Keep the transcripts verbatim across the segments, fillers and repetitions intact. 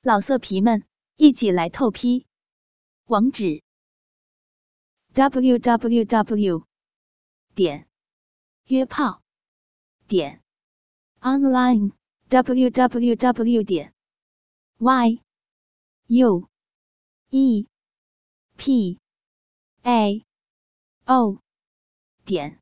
老色皮们，一起来透批！网址 ：double u double u double u 点约炮点 online double u double u double u 点 y u e p a o 点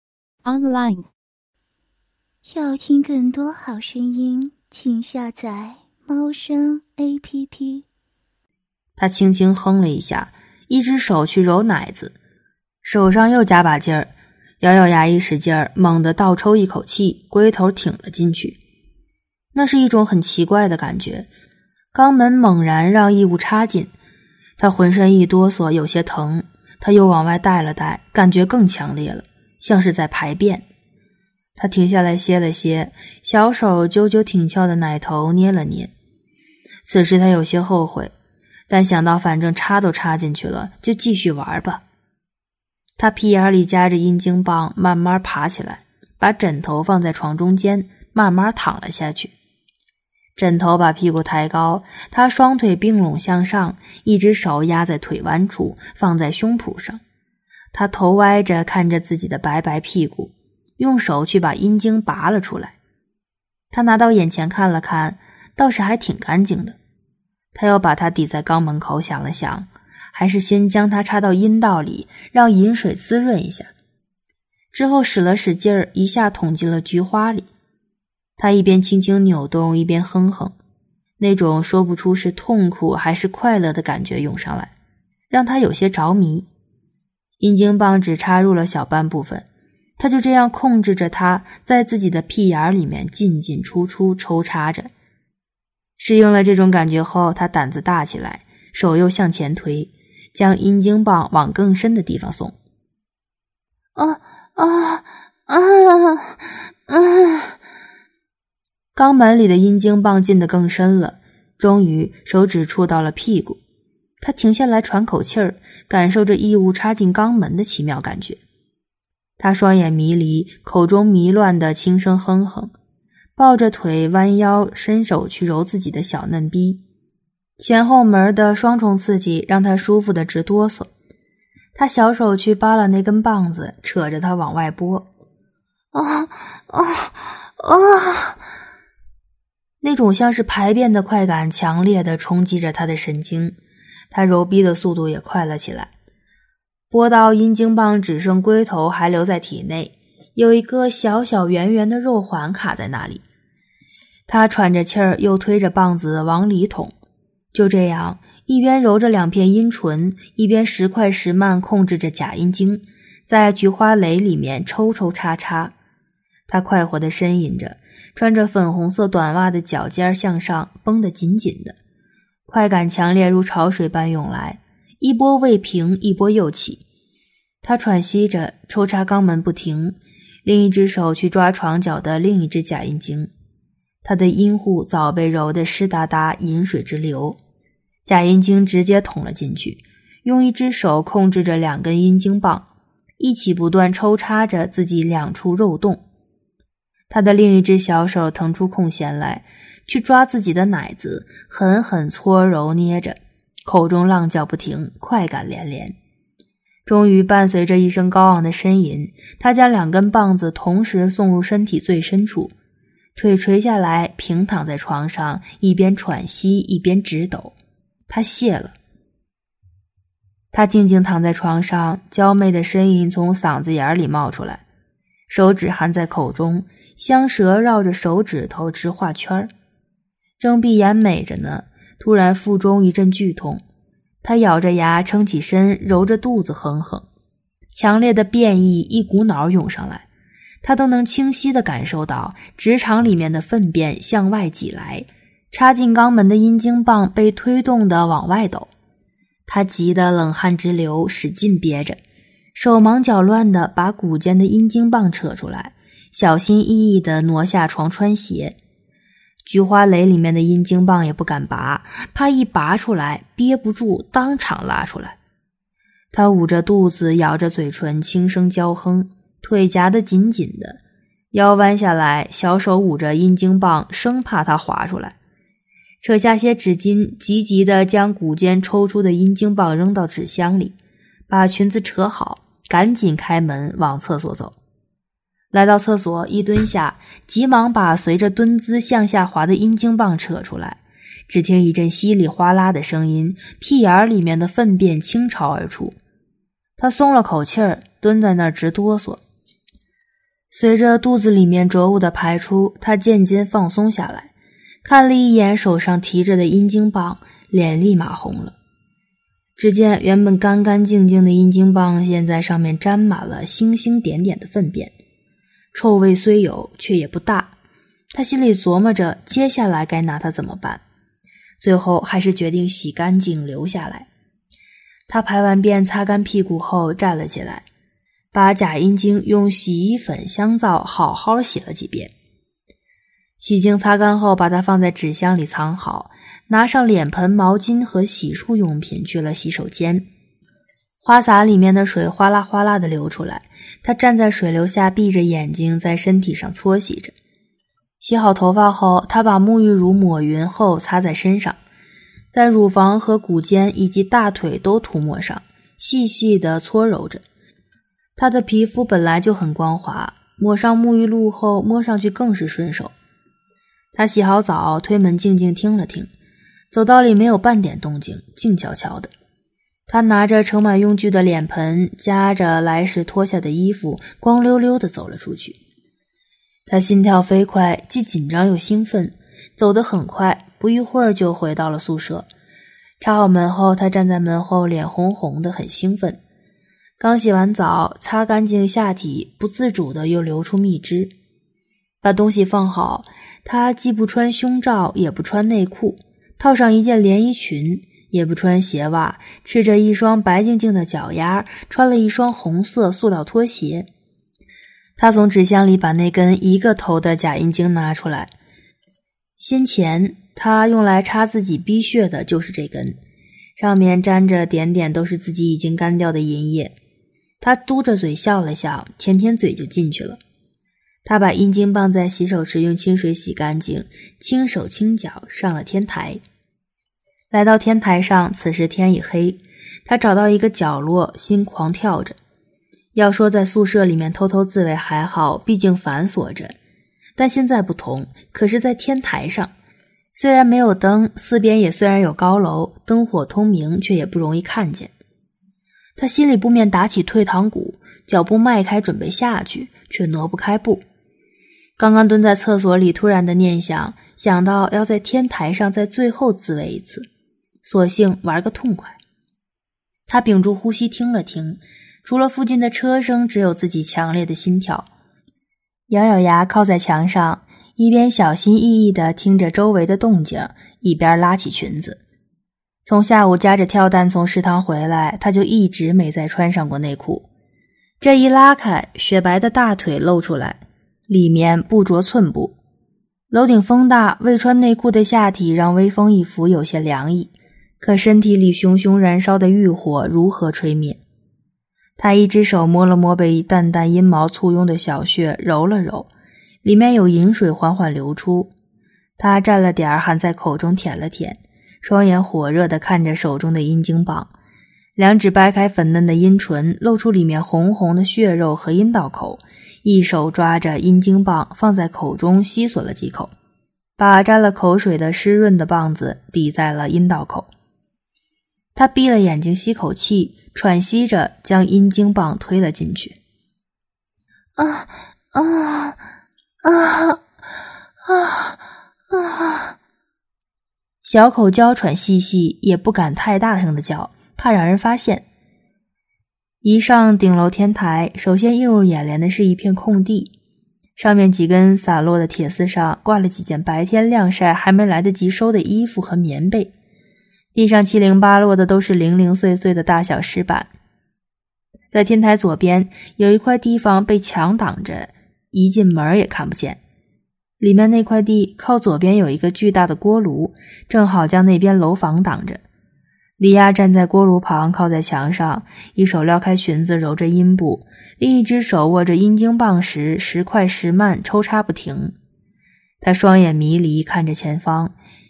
online。 要听更多好声音，请下载猫声 A P P。 他轻轻哼了一下，一只手去揉奶子，手上又加把劲儿，咬咬牙一使劲儿，猛地倒抽一口气，龟头挺了进去。那是一种很奇怪的感觉，肛门猛然让异物插进，他浑身一哆嗦，有些疼，他又往外带了带，感觉更强烈了，像是在排便。他停下来歇了歇，小手揪揪挺翘的奶头捏了捏。此时他有些后悔，但想到反正插都插进去了，就继续玩吧。他屁眼里夹着阴茎棒，慢慢爬起来，把枕头放在床中间，慢慢躺了下去。枕头把屁股抬高，他双腿并拢向上，一只手压在腿弯处，放在胸脯上。他头歪着看着自己的白白屁股，用手去把阴茎拔了出来。他拿到眼前看了看，倒是还挺干净的。他又把它抵在肛门口，想了想，还是先将它插到阴道里，让饮水滋润一下。之后使了使劲儿，一下捅进了菊花里。他一边轻轻扭动，一边哼哼，那种说不出是痛苦还是快乐的感觉涌上来，让他有些着迷。阴茎棒只插入了小半部分，他就这样控制着它在自己的屁眼里面进进出出抽插着。适应了这种感觉后，他胆子大起来，手又向前推，将阴茎棒往更深的地方送。啊啊啊啊！肛门里的阴茎棒进得更深了，终于手指触到了屁股。他停下来喘口气儿，感受着异物插进肛门的奇妙感觉。他双眼迷离，口中迷乱地轻声哼哼，抱着腿弯腰伸手去揉自己的小嫩逼。前后门的双重刺激让他舒服得直哆嗦。他小手去扒拉那根棒子，扯着它往外拨。啊啊啊！那种像是排便的快感强烈地冲击着他的神经，他揉逼的速度也快了起来。拨到阴茎棒只剩龟头还留在体内，有一个小小圆圆的肉环卡在那里。他喘着气儿，又推着棒子往里捅。就这样，一边揉着两片阴唇，一边时快时慢控制着假阴茎，在菊花蕾里面抽抽插插。他快活地呻吟着，穿着粉红色短袜的脚尖向上绷得紧紧的，快感强烈如潮水般涌来，一波未平，一波又起。他喘息着，抽插肛门不停，另一只手去抓床角的另一只假阴茎。他的阴户早被揉得湿哒哒，饮水直流。假阴茎直接捅了进去，用一只手控制着两根阴茎棒，一起不断抽插着自己两处肉洞。他的另一只小手腾出空闲来，去抓自己的奶子，狠狠搓揉捏着，口中浪叫不停，快感连连。终于伴随着一声高昂的呻吟，他将两根棒子同时送入身体最深处，腿垂下来，平躺在床上，一边喘息一边直抖。他泄了。他静静躺在床上，娇媚的呻吟从嗓子眼里冒出来，手指含在口中，香舌绕着手指头直画圈。正闭眼美着呢，突然腹中一阵剧痛，他咬着牙撑起身，揉着肚子哼哼。强烈的变异一股脑涌上来，他都能清晰地感受到直肠里面的粪便向外挤来，插进肛门的阴茎棒被推动地往外抖。他急得冷汗直流，使劲憋着，手忙脚乱地把骨间的阴茎棒扯出来，小心翼翼地挪下床穿鞋。菊花蕾里面的阴茎棒也不敢拔，怕一拔出来憋不住当场拉出来。他捂着肚子，咬着嘴唇，轻声娇哼，腿夹得紧紧的，腰弯下来，小手捂着阴茎棒，生怕它滑出来。 扯下些纸巾，急急地将骨间抽出的阴茎棒扔到纸箱里，把裙子扯好，赶紧开门往厕所走。来到厕所，一蹲下，急忙把随着蹲姿向下滑的阴茎棒扯出来，只听一阵稀里哗啦的声音，屁眼里面的粪便倾巢而出。他松了口气儿，蹲在那儿直哆嗦。随着肚子里面浊物的排出，他渐渐放松下来，看了一眼手上提着的阴茎棒，脸立马红了。只见原本干干净净的阴茎棒现在上面沾满了星星点点的粪便，臭味虽有，却也不大。他心里琢磨着接下来该拿它怎么办，最后还是决定洗干净留下来。他排完便擦干屁股后站了起来，把假阴茎用洗衣粉香皂好好洗了几遍。洗净擦干后，把它放在纸箱里藏好，拿上脸盆、毛巾和洗漱用品去了洗手间。花洒里面的水哗啦哗啦地流出来，他站在水流下闭着眼睛在身体上搓洗着。洗好头发后，他把沐浴乳抹匀后擦在身上，在乳房和骨尖以及大腿都涂抹上，细细地搓揉着。他的皮肤本来就很光滑，抹上沐浴露后摸上去更是顺手。他洗好澡，推门静静听了听，走道里没有半点动静，静悄悄的。他拿着盛满用具的脸盆，夹着来时脱下的衣服，光溜溜地走了出去。他心跳飞快，既紧张又兴奋，走得很快，不一会儿就回到了宿舍。插好门后，他站在门后，脸红红的，很兴奋。刚洗完澡，擦干净下体，不自主的又流出蜜汁。把东西放好，他既不穿胸罩，也不穿内裤，套上一件连衣裙，也不穿鞋袜，赤着一双白净净的脚丫，穿了一双红色塑料拖鞋。他从纸箱里把那根一个头的假阴茎拿出来，先前他用来插自己逼穴的就是这根，上面沾着点点都是自己已经干掉的银液。他嘟着嘴笑了笑，舔舔嘴就进去了。他把阴茎棒在洗手池用清水洗干净，轻手轻脚上了天台。来到天台上，此时天已黑，他找到一个角落，心狂跳着。要说在宿舍里面偷偷自慰还好，毕竟反锁着，但现在不同，可是在天台上，虽然没有灯，四边也虽然有高楼，灯火通明，却也不容易看见。他心里不免打起退堂鼓，脚步迈开准备下去，却挪不开步。刚刚蹲在厕所里，突然的念想，想到要在天台上在最后自慰一次，索性玩个痛快。他屏住呼吸听了听，除了附近的车声，只有自己强烈的心跳。咬咬牙靠在墙上，一边小心翼翼地听着周围的动静，一边拉起裙子。从下午夹着跳蛋从食堂回来，他就一直没再穿上过内裤。这一拉开，雪白的大腿露出来，里面不着寸步。楼顶风大，未穿内裤的下体让微风一拂有些凉意，可身体里熊熊燃烧的欲火如何吹灭？他一只手摸了摸被淡淡阴毛簇拥的小穴，揉了揉，里面有饮水缓缓流出。他蘸了点儿，含在口中舔了舔，双眼火热地看着手中的阴茎棒，两指掰开粉嫩的阴唇，露出里面红红的血肉和阴道口，一手抓着阴茎棒放在口中吸吮了几口，把沾了口水的湿润的棒子抵在了阴道口。他闭了眼睛吸口气，喘息着将阴茎棒推了进去。啊啊啊啊啊！小口娇喘细细，也不敢太大声的叫，怕让人发现。一上顶楼天台，首先映入眼帘的是一片空地，上面几根散落的铁丝上挂了几件白天晾晒还没来得及收的衣服和棉被，地上七零八落的都是零零碎碎的大小石板。在天台左边有一块地方被墙挡着，一进门也看不见。里面那块地靠左边有一个巨大的锅炉，正好将那边楼房挡着。李亚站在锅炉旁，靠在墙上，一手撩开裙子揉着阴部，另一只手握着阴茎棒时时快时慢抽插不停。他双眼迷离看着前方，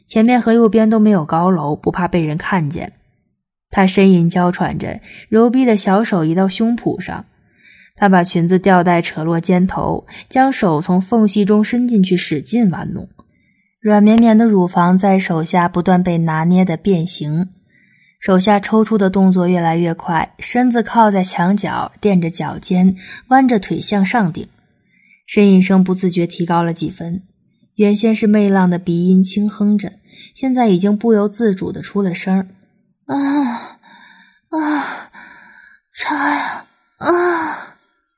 前面和右边都没有高楼，不怕被人看见。他呻吟娇喘着，柔臂的小手移到胸脯上，他把裙子吊带扯落肩头，将手从缝隙中伸进去使劲玩弄，软绵绵的乳房在手下不断被拿捏的变形，手下抽出的动作越来越快，身子靠在墙角，垫着脚尖，弯着腿向上顶，呻吟声不自觉提高了几分，原先是媚浪的鼻音轻哼着，现在已经不由自主地出了声。啊啊，插呀啊！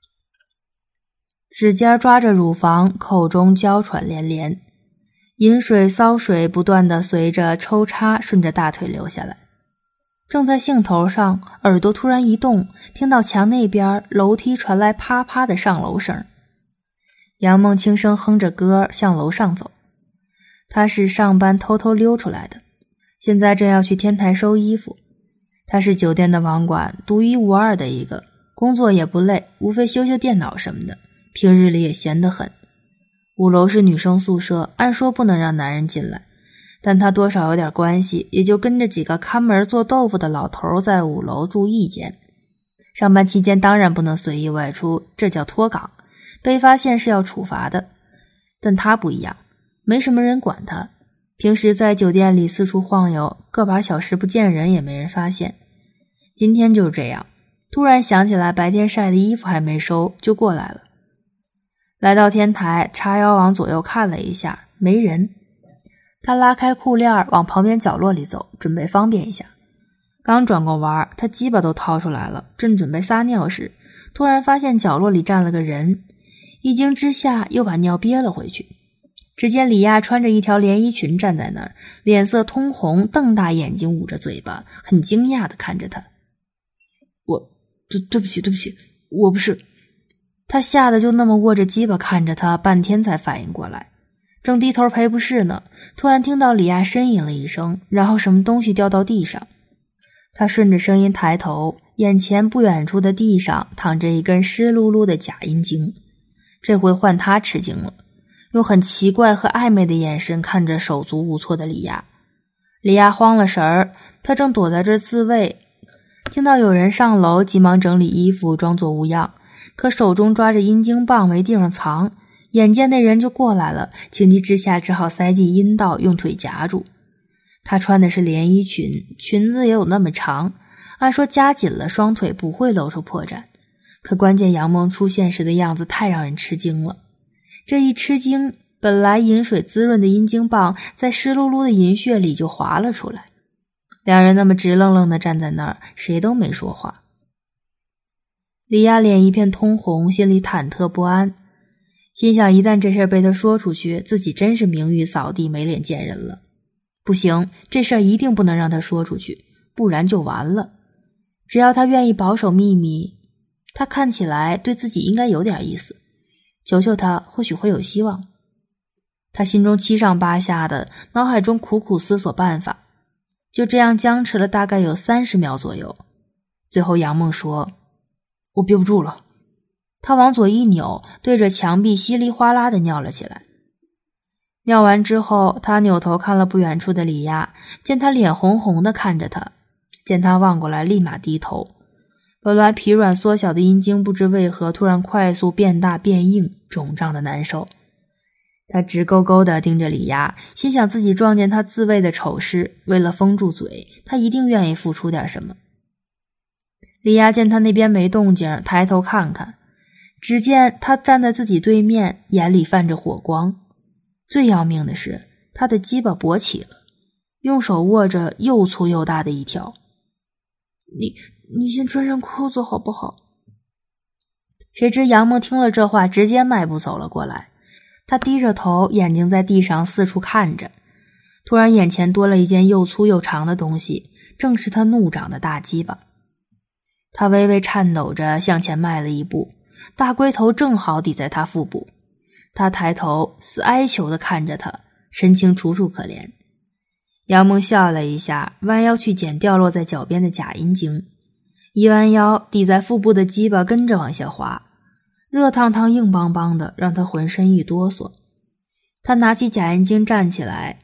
指尖抓着乳房，口中娇喘连连，饮水骚水不断地随着抽插顺着大腿流下来。正在兴头上，耳朵突然一动，听到墙那边楼梯传来啪啪的上楼声。杨梦轻声哼着歌向楼上走，他是上班偷偷溜出来的，现在正要去天台收衣服。他是酒店的网管，独一无二的一个，工作也不累，无非修修电脑什么的，平日里也闲得很。五楼是女生宿舍，按说不能让男人进来，但他多少有点关系，也就跟着几个看门做豆腐的老头在五楼住一间。上班期间当然不能随意外出，这叫脱岗，被发现是要处罚的。但他不一样，没什么人管他，平时在酒店里四处晃悠，个把小时不见人也没人发现。今天就是这样，突然想起来白天晒的衣服还没收，就过来了。来到天台，叉腰往左右看了一下，没人。他拉开裤链往旁边角落里走，准备方便一下。刚转过弯，他鸡巴都掏出来了，正准备撒尿时，突然发现角落里站了个人，一惊之下又把尿憋了回去。只见李亚穿着一条连衣裙站在那儿，脸色通红，瞪大眼睛捂着嘴巴，很惊讶地看着他。我对对不起对不起，我不是。他吓得就那么握着鸡巴看着他，半天才反应过来，正低头赔不是呢，突然听到李亚呻吟了一声，然后什么东西掉到地上。他顺着声音抬头，眼前不远处的地上躺着一根湿漉漉的假阴茎。这回换他吃惊了，用很奇怪和暧昧的眼神看着手足无措的李亚。李亚慌了神儿，他正躲在这儿自慰，听到有人上楼，急忙整理衣服装作无恙，可手中抓着阴茎棒没地方藏，眼见那人就过来了，情急之下只好塞进阴道，用腿夹住。他穿的是连衣裙，裙子也有那么长，按说夹紧了双腿不会露出破绽，可关键杨梦出现时的样子太让人吃惊了。这一吃惊，本来饮水滋润的阴茎棒在湿漉漉的银血里就滑了出来。两人那么直愣愣地站在那儿，谁都没说话。李亚脸一片通红，心里忐忑不安，心想一旦这事儿被他说出去，自己真是名誉扫地，没脸见人了。不行，这事儿一定不能让他说出去，不然就完了。只要他愿意保守秘密，他看起来对自己应该有点意思，求求他或许会有希望。他心中七上八下的，脑海中苦苦思索办法，就这样僵持了大概有三十秒左右。最后杨梦说，我憋不住了。他往左一扭，对着墙壁稀里哗啦地尿了起来。尿完之后，他扭头看了不远处的李亚，见他脸红红的看着他，见他望过来立马低头。本来疲软缩小的阴茎不知为何突然快速变大变硬，肿胀的难受。他直勾勾地盯着李亚，心想自己撞见他自慰的丑事，为了封住嘴，他一定愿意付出点什么。李亚见他那边没动静，抬头看看，只见他站在自己对面，眼里泛着火光。最要命的是，他的鸡巴勃起了，用手握着又粗又大的一条。你你先穿上裤子好不好？谁知杨梦听了这话，直接迈步走了过来。他低着头，眼睛在地上四处看着，突然眼前多了一件又粗又长的东西，正是他怒长的大鸡巴。他微微颤抖着向前迈了一步，大龟头正好抵在他腹部。他抬头似哀求地看着他，神情楚楚可怜。杨梦笑了一下，弯腰去捡掉落在脚边的假阴茎，一弯腰，抵在腹部的鸡巴跟着往下滑，热烫烫硬邦邦的，让他浑身一哆嗦。他拿起假阴茎站起来，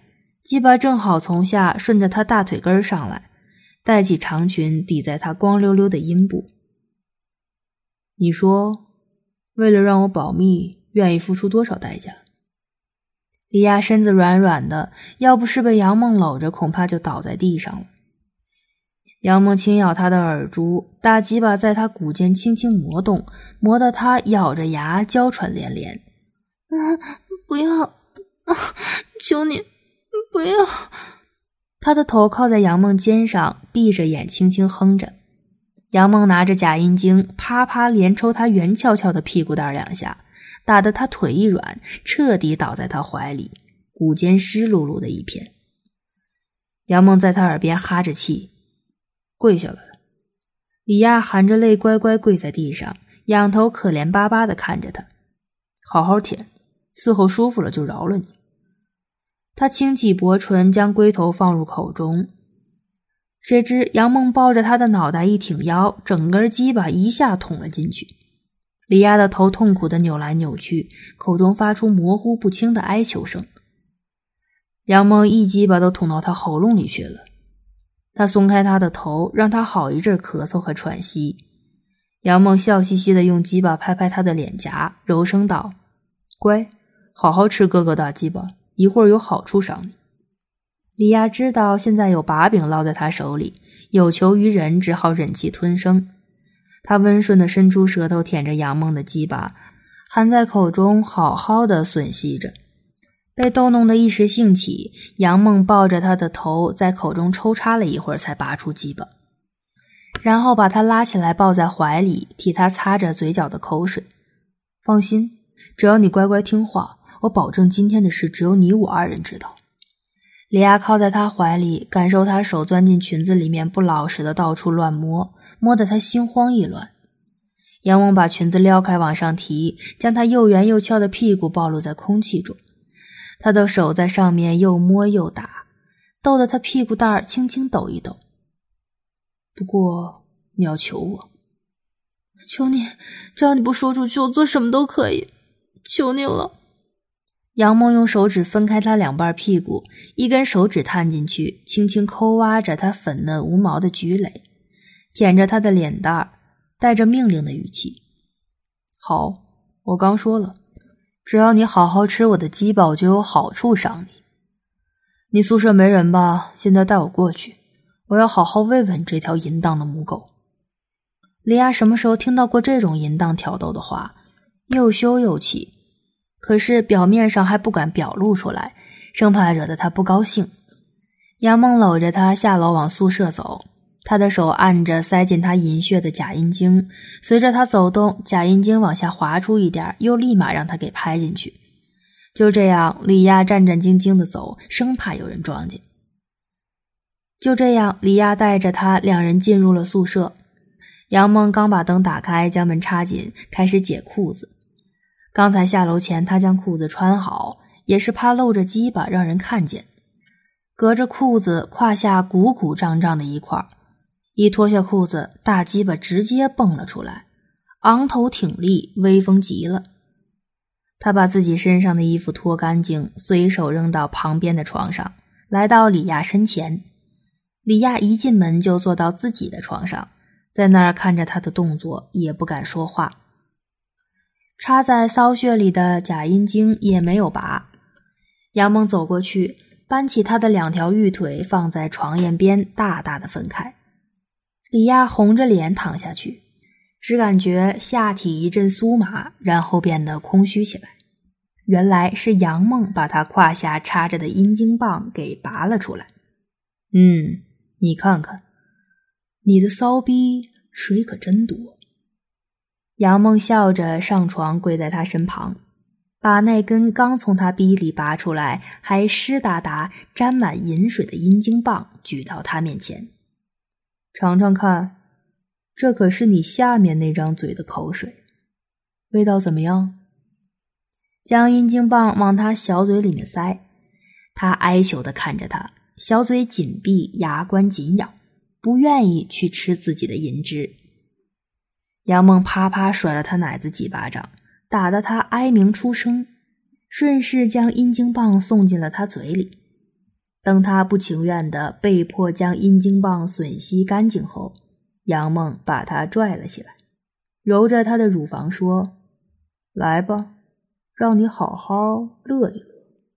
鸡巴正好从下顺着他大腿根上来，带起长裙抵在他光溜溜的阴部。你说，为了让我保密，愿意付出多少代价？李亚身子软软的，要不是被杨梦搂着，恐怕就倒在地上了。杨梦轻咬他的耳珠，大鸡巴在他骨间轻轻磨动，磨得他咬着牙娇喘连连。 嗯，不要，啊，求你不要。 他的头靠在杨梦肩上，闭着眼轻轻哼着。杨梦拿着假阴茎啪啪连抽他圆翘翘的屁股蛋两下，打得他腿一软，彻底倒在他怀里，骨间湿漉漉的一片。杨梦在他耳边哈着气，跪下来。李亚含着泪乖乖跪在地上，仰头可怜巴巴地看着他。好好舔，伺候舒服了就饶了你。他轻启薄唇，将龟头放入口中。谁知杨梦抱着他的脑袋一挺腰，整根鸡巴一下捅了进去。李亚的头痛苦地扭来扭去，口中发出模糊不清的哀求声。杨梦一鸡巴都捅到他喉咙里去了。他松开他的头，让他好一阵咳嗽和喘息。杨梦笑嘻嘻地用鸡巴拍拍他的脸颊，柔声道：乖，好好吃哥哥大鸡巴，一会儿有好处赏你。李亚知道现在有把柄落在他手里，有求于人，只好忍气吞声。他温顺地伸出舌头舔着杨梦的鸡巴，含在口中好好的吮吸着。被逗弄得一时兴起，杨梦抱着他的头在口中抽插了一会儿，才拔出鸡巴，然后把他拉起来抱在怀里，替他擦着嘴角的口水。放心，只要你乖乖听话，我保证今天的事只有你我二人知道。李亚靠在他怀里，感受他手钻进裙子里面不老实的到处乱摸，摸得他心慌意乱。杨梦把裙子撩开往上提，将他又圆又翘的屁股暴露在空气中。他的手在上面又摸又打，逗得他屁股蛋儿轻轻抖一抖。不过你要求我。 求你，只要你不说出去，我做什么都可以，求你了。 杨梦用手指分开他两半屁股，一根手指探进去，轻轻抠挖着他粉嫩无毛的菊蕾，舔着他的脸蛋儿，带着命令的语气。好，我刚说了，只要你好好吃我的鸡巴，我就有好处赏你。你宿舍没人吧？现在带我过去，我要好好喂喂这条淫荡的母狗。李亚什么时候听到过这种淫荡挑逗的话，又羞又气，可是表面上还不敢表露出来，生怕惹得他不高兴。杨梦搂着他下楼往宿舍走，他的手按着塞进他银穴的假阴茎，随着他走动，假阴茎往下滑出一点，又立马让他给拍进去。就这样，李亚战战兢兢地走，生怕有人撞见。就这样，李亚带着他两人进入了宿舍。杨梦刚把灯打开，将门插紧，开始解裤子。刚才下楼前，他将裤子穿好，也是怕露着鸡巴让人看见。隔着裤子，胯下鼓鼓胀胀的一块，一脱下裤子，大鸡巴直接蹦了出来，昂头挺立，威风极了。他把自己身上的衣服脱干净，随手扔到旁边的床上，来到李亚身前。李亚一进门就坐到自己的床上，在那儿看着他的动作，也不敢说话。插在骚穴里的假阴茎也没有拔。杨梦走过去，搬起他的两条玉腿放在床沿边，大大的分开。李亚红着脸躺下去，只感觉下体一阵酥麻，然后变得空虚起来。原来是杨梦把他胯下插着的阴茎棒给拔了出来。嗯，你看看，你的骚逼水可真多。杨梦笑着上床，跪在他身旁，把那根刚从他逼里拔出来还湿哒哒沾满银水的阴茎棒举到他面前。尝尝看，这可是你下面那张嘴的口水，味道怎么样？将阴茎棒往他小嘴里面塞，他哀求地看着他，小嘴紧闭，牙关紧咬，不愿意去吃自己的银汁。杨梦啪啪甩了他奶子几巴掌，打得他哀鸣出声，顺势将阴茎棒送进了他嘴里。 当他不情愿地被迫将阴茎棒吮吸干净后，杨梦把他拽了起来，揉着他的乳房说：来吧，让你好好乐一乐。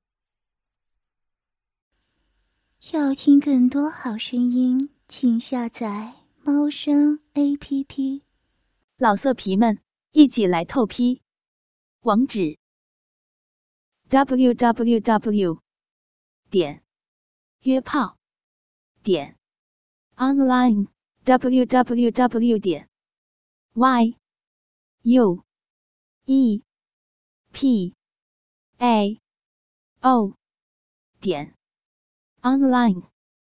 要听更多好声音，请下载猫声 A P P。 老色皮们，一起来透批！网址 double u double u double u 点约炮点 online double u double u double u 点 y u e p a o 点 online。